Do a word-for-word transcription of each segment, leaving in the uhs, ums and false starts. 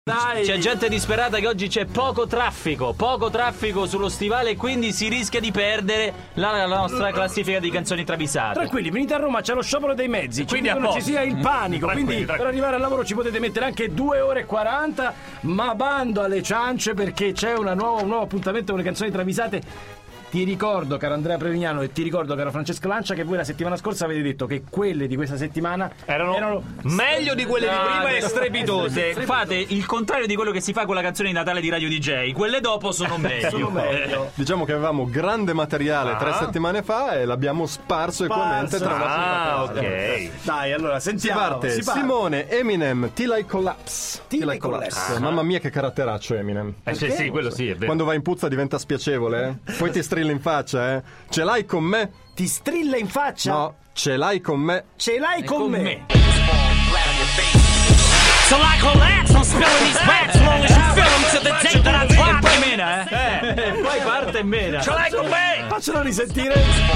Dai. C'è gente disperata che oggi c'è poco traffico, poco traffico sullo stivale e quindi si rischia di perdere la, la nostra classifica di canzoni travisate. Tranquilli, venite a Roma, c'è lo sciopero dei mezzi, ci Quindi a dicono ci posto. sia il panico, quindi per arrivare al lavoro ci potete mettere anche due ore e quaranta, ma bando alle ciance perché c'è una nuova, un nuovo appuntamento con le canzoni travisate. Ti ricordo, caro Andrea Prevignano, e ti ricordo, caro Francesco Lancia, che voi la settimana scorsa avete detto che quelle di questa settimana erano, erano meglio di quelle di prima e strepitose. Fate il contrario di quello che si fa con la canzone di Natale di Radio D J. Quelle dopo sono meglio. sono meglio. Diciamo che avevamo grande materiale Ah. tre settimane fa e l'abbiamo sparso equamente tra la Ah, nostra ok. Dai, allora Si sentiamo. parte, si parte. Simone, Eminem, Till I Collapse. Till I Collapse. Mamma mia che caratteraccio Eminem. Eh sì, sì, quello sì, è vero. Quando vai in puzza diventa spiacevole, eh? Poi ti strilla in faccia, eh? Ce l'hai con me? Ti strilla in faccia? No, ce l'hai con me. Ce l'hai con, con me. me. So I collapse, I'm spilling these facts, long as you feel them to the date that I E drop poi them. mena, eh? E poi parte e mena. So I con me. Faccelo risentire.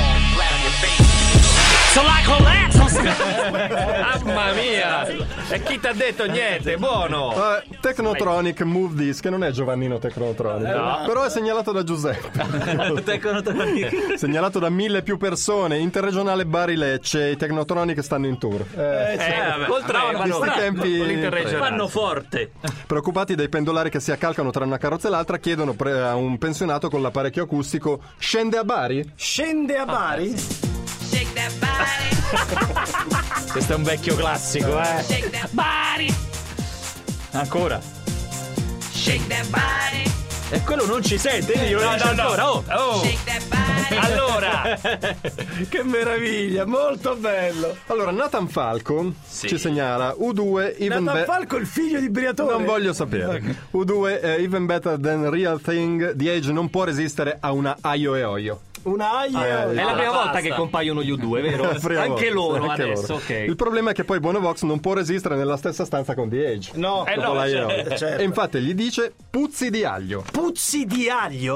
So I collapse, I'm spilling. Mamma mia! E chi t'ha detto niente? Buono! Eh, Technotronic Move This, che non è Giovannino Technotronic, no. però è segnalato da Giuseppe. Technotronic. Segnalato da mille più persone. Interregionale Bari-Lecce, i Technotronic stanno in tour. Eh, Eh, vabbè. Oltre no, a vanno- questi tempi con l'interregionale. Fanno forte. Preoccupati dei pendolari che si accalcano tra una carrozza e l'altra, chiedono pre- a un pensionato con l'apparecchio acustico: scende a Bari? Scende a Bari. Shake that body, Questo è un vecchio classico, eh? shake that body, Ancora. shake that body, E quello non ci sente, quindi glielo dice ancora. Oh. Oh, shake that body. allora! Che meraviglia, molto bello. Allora, Nathan Falco ci segnala U due even Nathan be- Falco, il figlio di Briatore. Non voglio sapere. U due eh, even better than real thing. The Age non può resistere a una aio e oio. Una aia. Eh, È la prima volta che compaiono gli U due, vero? Prima Anche volta, loro anche adesso, loro. ok. Il problema è che poi Bonovox non può resistere nella stessa stanza con The Age. No, Eh, Dopo no, la I O. certo, certo. E infatti gli dice puzzi di aglio. puzzi di aglio.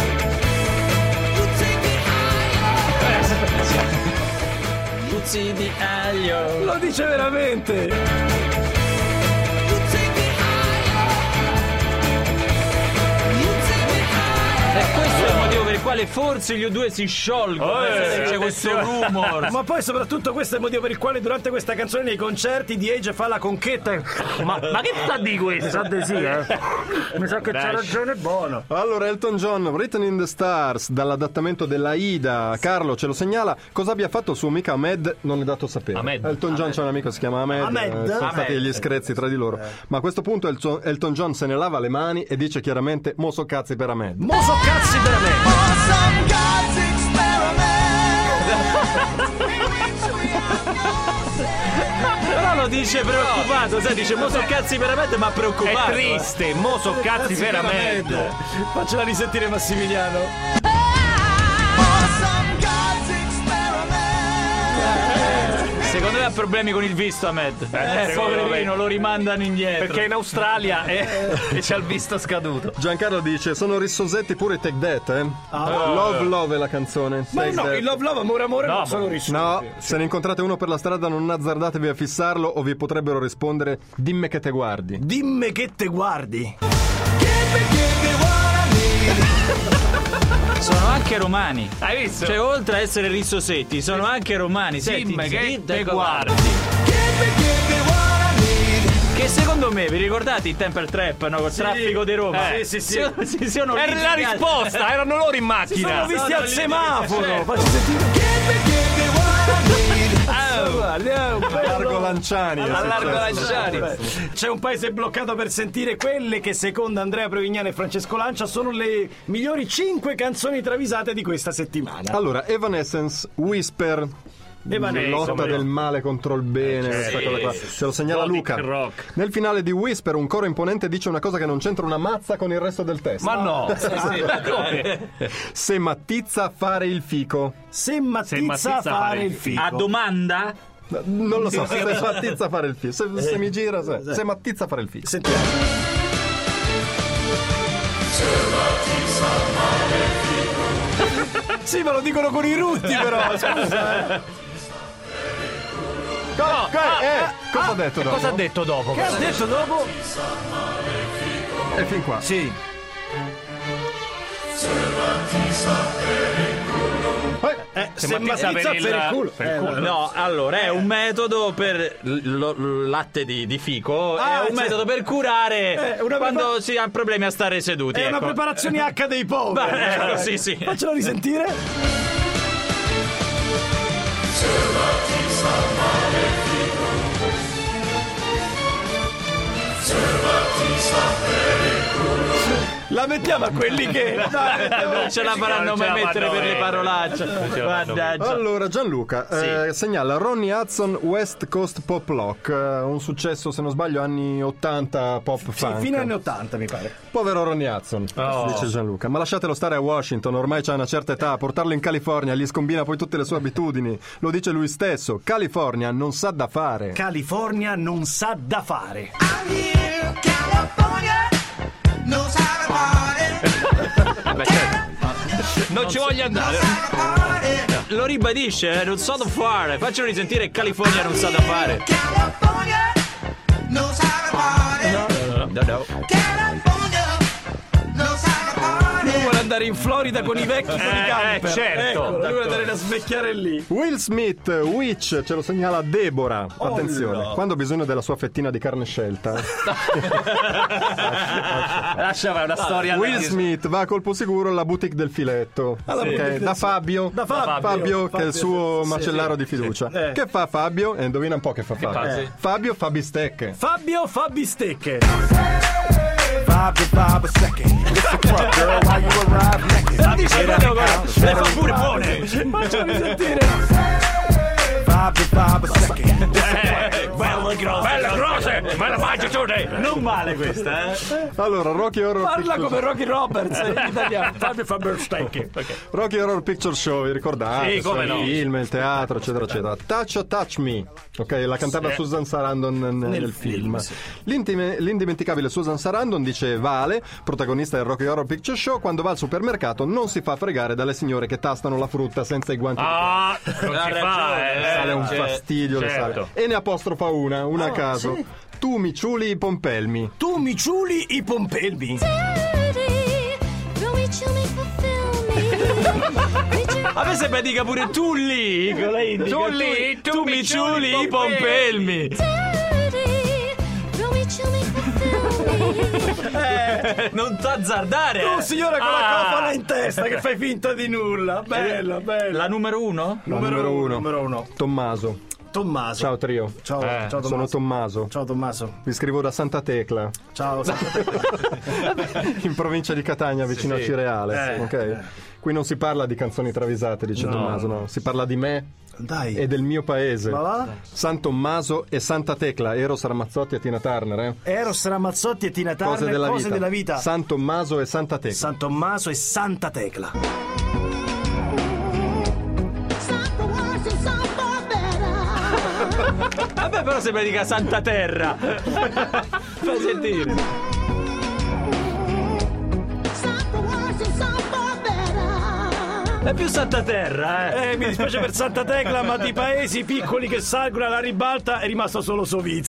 Puzzi di aglio. Lo dice veramente. E questo è il motivo per il quale forse gli U due si sciolgono. Eh, eh, C'è questo rumor. Ma poi soprattutto questo è il motivo per il quale durante questa canzone nei concerti The Age fa la conchetta e... Ma, ma che sta di questo? Sa di sì, eh. Mi sa che c'ha ragione buono. Allora, Elton John, Written in the Stars, dall'adattamento della Ida. Carlo ce lo segnala. Cosa abbia fatto il suo amico Ahmed non è dato sapere. Ahmed. Elton John c'è un amico che si chiama Ahmed. Ahmed? eh, sono Ahmed. stati degli screzi tra di loro. Ma a questo punto Elton Elton John se ne lava le mani e dice chiaramente: mo so cazzi per Ahmed. Mo so cazzi veramente. Però lo dice preoccupato, sai, dice mo so cazzi veramente, ma È preoccupato. triste, mo so cazzi veramente. Faccela risentire Massimiliano. Secondo me ha problemi con il visto, Ahmed. Eh, secondo poverino, me. lo rimandano indietro. Perché è in Australia e, e c'ha il visto scaduto. Giancarlo dice: sono rissosetti pure i Take That, eh? Love Love è la canzone. Ma Take no, That. il Love Love, amore amore, No, non sono rissotti. No, se ne incontrate uno per la strada non azzardatevi a fissarlo o vi potrebbero rispondere: dimmi che te guardi. Dimmi che te guardi. Sono anche romani. Hai visto? Cioè, oltre a essere rissosetti, sono anche romani. Senti, Dimmi che sì, te ecco, guardi. Che secondo me, vi ricordate il Temple Trap, no? Col traffico di Roma? Eh, sì, sì. Si, si sono Era la litigati. risposta, erano loro in macchina. Sono visti no, al lì- semaforo. certo. Facci sentire. Guarda, Largo Lanciani. è Allargo successo. Lanciani. C'è un paese bloccato per sentire quelle che secondo Andrea Prevignano e Francesco Lancia sono le migliori cinque canzoni travisate di questa settimana. Allora, Evanescence, Whisper. Evanescence. Lotta del male contro il bene, questa cosa qua. Ce lo segnala Gothic Luca. rock. Nel finale di Whisper un coro imponente dice una cosa che non c'entra una mazza con il resto del testo. Ma no. Ma come? Se mattizza fare il fico. Se mattizza fare il fico. A domanda? Non lo so, se mattizza fare il fico. Se, se mi gira, se, se mattizza fare il fico. Sentiamo. Sì, ma lo dicono con i rutti però. Scusa, eh. Co- co- eh, cosa ha detto dopo? Cosa ha detto dopo? Che ha detto dopo? E fin qua. Sì. Eh, se Mattizza Mattizza per il- per il culo. per il Eh, culo. No, allora è un metodo per l- lo- l- latte di, di fico, Ah, è un cioè- metodo per curare Eh, una quando prepa- si ha problemi a stare seduti. È una ecco. preparazione H dei poveri. Beh, ecco, sì, sì. Faccelo risentire. La mettiamo a quelli che Non ce la faranno Non ce mai la mettere fanno per le bene. parolacce. Non ce la fanno Mannaggia. Allora Gianluca eh, segnala Ronnie Hudson West Coast Pop Lock, eh, un successo se non sbaglio anni ottanta pop funk. fine anni ottanta mi pare. Povero Ronnie Hudson, dice Gianluca. Ma lasciatelo stare a Washington, ormai c'ha una certa età. Portarlo in California gli scombina poi tutte le sue abitudini. Lo dice lui stesso. California non sa da fare. California non sa da fare. Beh, certo. Non ci voglio andare. Lo ribadisce, eh, non so da fare. Faccelo risentire California non sa da fare. No, no. Lui vuole andare in Florida con i vecchi con i Eh, camper. eh, certo. Ecco, lui vuole andare a svecchiare lì. Will Smith, Witch, ce lo segnala Deborah. Attenzione, no. quando ho bisogno della sua fettina di carne scelta, Lascia fare una storia. Will Smith va a colpo sicuro alla boutique del filetto. Alla Ok, boutique del- da Fabio. Da Fabio. Fabio, che è il suo Sì, macellaro sì. di fiducia. Eh. Che fa Fabio? E indovina un po' che fa Fabio. fa, sì. Eh. Fabio fa bistecche. Fabio fa bistecche. La dice proprio guarda, le fa pure buone. Facciamo risentire. Belle grosse. Belle grosse. Me la mangi tu te. Non male questa, eh? Allora, Rocky Horror Parla Picture, come Rocky Roberts in italiano. Fabio fa bistecche. Rocky Horror Picture Show, vi ricordate? Sì, come il no. film, il teatro, eccetera, eccetera. Touch or Touch Me. Ok, la cantava Susan Sarandon nel, nel film. L'intime- l'indimenticabile Susan Sarandon dice Vale, protagonista del Rocky Horror Picture Show, quando va al supermercato non si fa fregare dalle signore che tastano la frutta senza i guanti. Ah, non si ragione, fa, eh. Sale un cioè, fastidio le certo. sale. E ne apostrofa una, una a caso. sì. Tu mi ciuli i pompelmi. Tu mi ciuli i pompelmi. A me sembra dica pure tu lì, con la indica. Tu lì, tu mi mi ciuli ciuli i pompelmi. Eh, non t'azzardare. Tu eh. signora con la Ah. cofana in testa che fai finta di nulla. Bella, bella. La numero uno? Numero uno. Numero uno. Tommaso. Tommaso. Ciao trio. Ciao, Eh, ciao Sono Tommaso. Tommaso. Ciao Tommaso. Vi scrivo da Santa Tecla, Ciao. in provincia di Catania, vicino a Cireale. Eh, ok? eh. Qui non si parla di canzoni travisate, dice No. Tommaso, no. Si parla di me Dai. e del mio paese. Ma va? San Tommaso e Santa Tecla, Eros Ramazzotti e Tina Turner, eh? Eros Ramazzotti e Tina Turner. Cose della Cose vita. della vita. San Tommaso e Santa Tecla. San Tommaso e Santa Tecla. A me però sembra dica Santa Terra. Fai sentire. È più Santa Terra, eh. Eh, mi dispiace per Santa Tecla, ma di paesi piccoli che salgono alla ribalta è rimasto solo Sovizio.